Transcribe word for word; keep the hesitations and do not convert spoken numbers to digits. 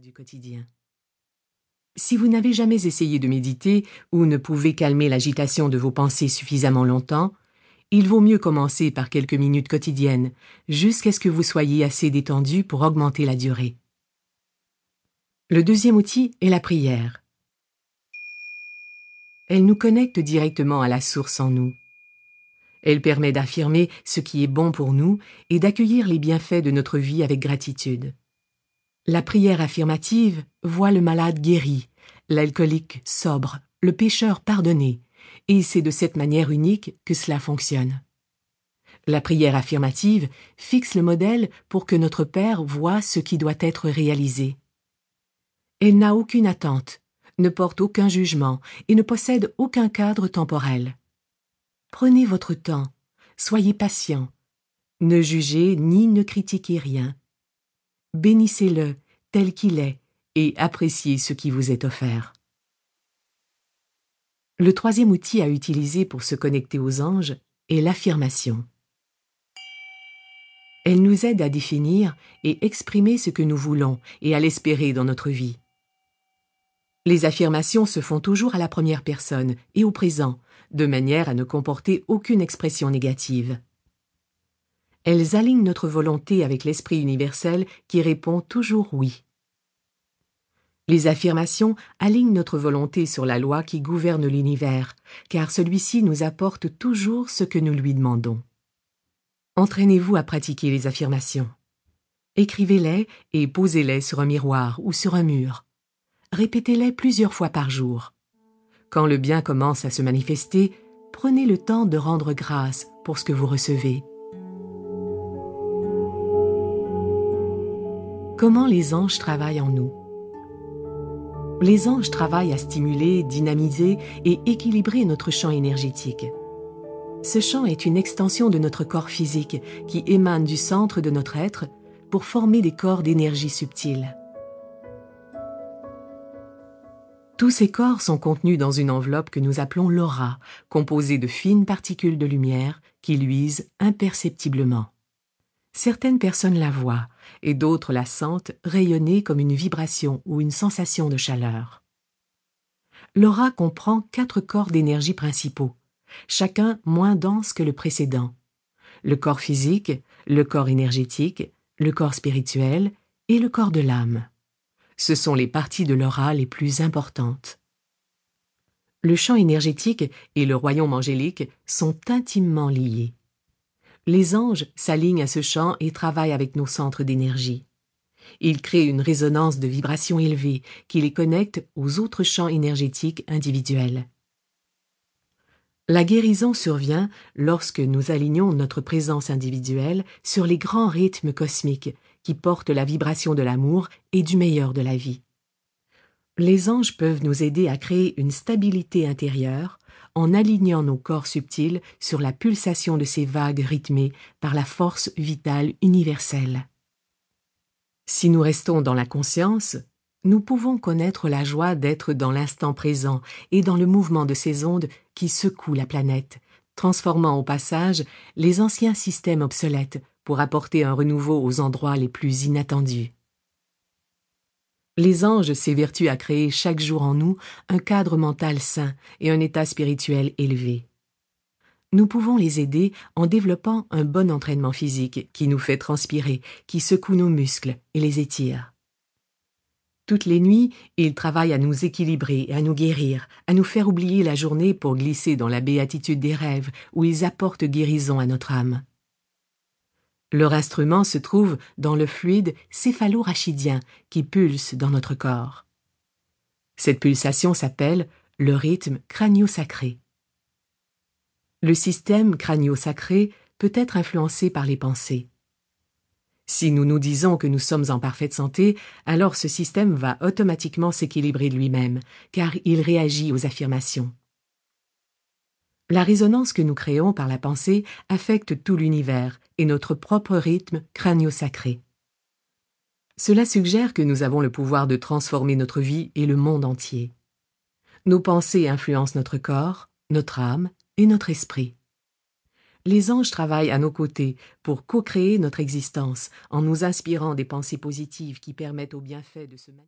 du quotidien. Si vous n'avez jamais essayé de méditer ou ne pouvez calmer l'agitation de vos pensées suffisamment longtemps, il vaut mieux commencer par quelques minutes quotidiennes, jusqu'à ce que vous soyez assez détendu pour augmenter la durée. Le deuxième outil est la prière. Elle nous connecte directement à la source en nous. Elle permet d'affirmer ce qui est bon pour nous et d'accueillir les bienfaits de notre vie avec gratitude. La prière affirmative voit le malade guéri, l'alcoolique sobre, le pécheur pardonné, et c'est de cette manière unique que cela fonctionne. La prière affirmative fixe le modèle pour que notre Père voie ce qui doit être réalisé. Elle n'a aucune attente, ne porte aucun jugement et ne possède aucun cadre temporel. Prenez votre temps, soyez patient, ne jugez ni ne critiquez rien. Bénissez-le tel qu'il est et appréciez ce qui vous est offert. Le troisième outil à utiliser pour se connecter aux anges est l'affirmation. Elle nous aide à définir et exprimer ce que nous voulons et à l'espérer dans notre vie. Les affirmations se font toujours à la première personne et au présent, de manière à ne comporter aucune expression négative. Elles alignent notre volonté avec l'esprit universel qui répond toujours oui. Les affirmations alignent notre volonté sur la loi qui gouverne l'univers, car celui-ci nous apporte toujours ce que nous lui demandons. Entraînez-vous à pratiquer les affirmations. Écrivez-les et posez-les sur un miroir ou sur un mur. Répétez-les plusieurs fois par jour. Quand le bien commence à se manifester, prenez le temps de rendre grâce pour ce que vous recevez. Comment les anges travaillent en nous? Les anges travaillent à stimuler, dynamiser et équilibrer notre champ énergétique. Ce champ est une extension de notre corps physique qui émane du centre de notre être pour former des corps d'énergie subtile. Tous ces corps sont contenus dans une enveloppe que nous appelons l'aura, composée de fines particules de lumière qui luisent imperceptiblement. Certaines personnes la voient et d'autres la sentent rayonner comme une vibration ou une sensation de chaleur. L'aura comprend quatre corps d'énergie principaux, chacun moins dense que le précédent. Le corps physique, le corps énergétique, le corps spirituel et le corps de l'âme. Ce sont les parties de l'aura les plus importantes. Le champ énergétique et le royaume angélique sont intimement liés. Les anges s'alignent à ce champ et travaillent avec nos centres d'énergie. Ils créent une résonance de vibrations élevées qui les connecte aux autres champs énergétiques individuels. La guérison survient lorsque nous alignons notre présence individuelle sur les grands rythmes cosmiques qui portent la vibration de l'amour et du meilleur de la vie. Les anges peuvent nous aider à créer une stabilité intérieure en alignant nos corps subtils sur la pulsation de ces vagues rythmées par la force vitale universelle. Si nous restons dans la conscience, nous pouvons connaître la joie d'être dans l'instant présent et dans le mouvement de ces ondes qui secouent la planète, transformant au passage les anciens systèmes obsolètes pour apporter un renouveau aux endroits les plus inattendus. Les anges s'évertuent à créer chaque jour en nous un cadre mental sain et un état spirituel élevé. Nous pouvons les aider en développant un bon entraînement physique qui nous fait transpirer, qui secoue nos muscles et les étire. Toutes les nuits, ils travaillent à nous équilibrer et à nous guérir, à nous faire oublier la journée pour glisser dans la béatitude des rêves où ils apportent guérison à notre âme. Leur instrument se trouve dans le fluide céphalo-rachidien qui pulse dans notre corps. Cette pulsation s'appelle le rythme crânio-sacré. Le système crânio-sacré peut être influencé par les pensées. Si nous nous disons que nous sommes en parfaite santé, alors ce système va automatiquement s'équilibrer de lui-même, car il réagit aux affirmations. La résonance que nous créons par la pensée affecte tout l'univers et notre propre rythme crânio-sacré. Cela suggère que nous avons le pouvoir de transformer notre vie et le monde entier. Nos pensées influencent notre corps, notre âme et notre esprit. Les anges travaillent à nos côtés pour co-créer notre existence en nous inspirant des pensées positives qui permettent aux bienfaits de se manifester.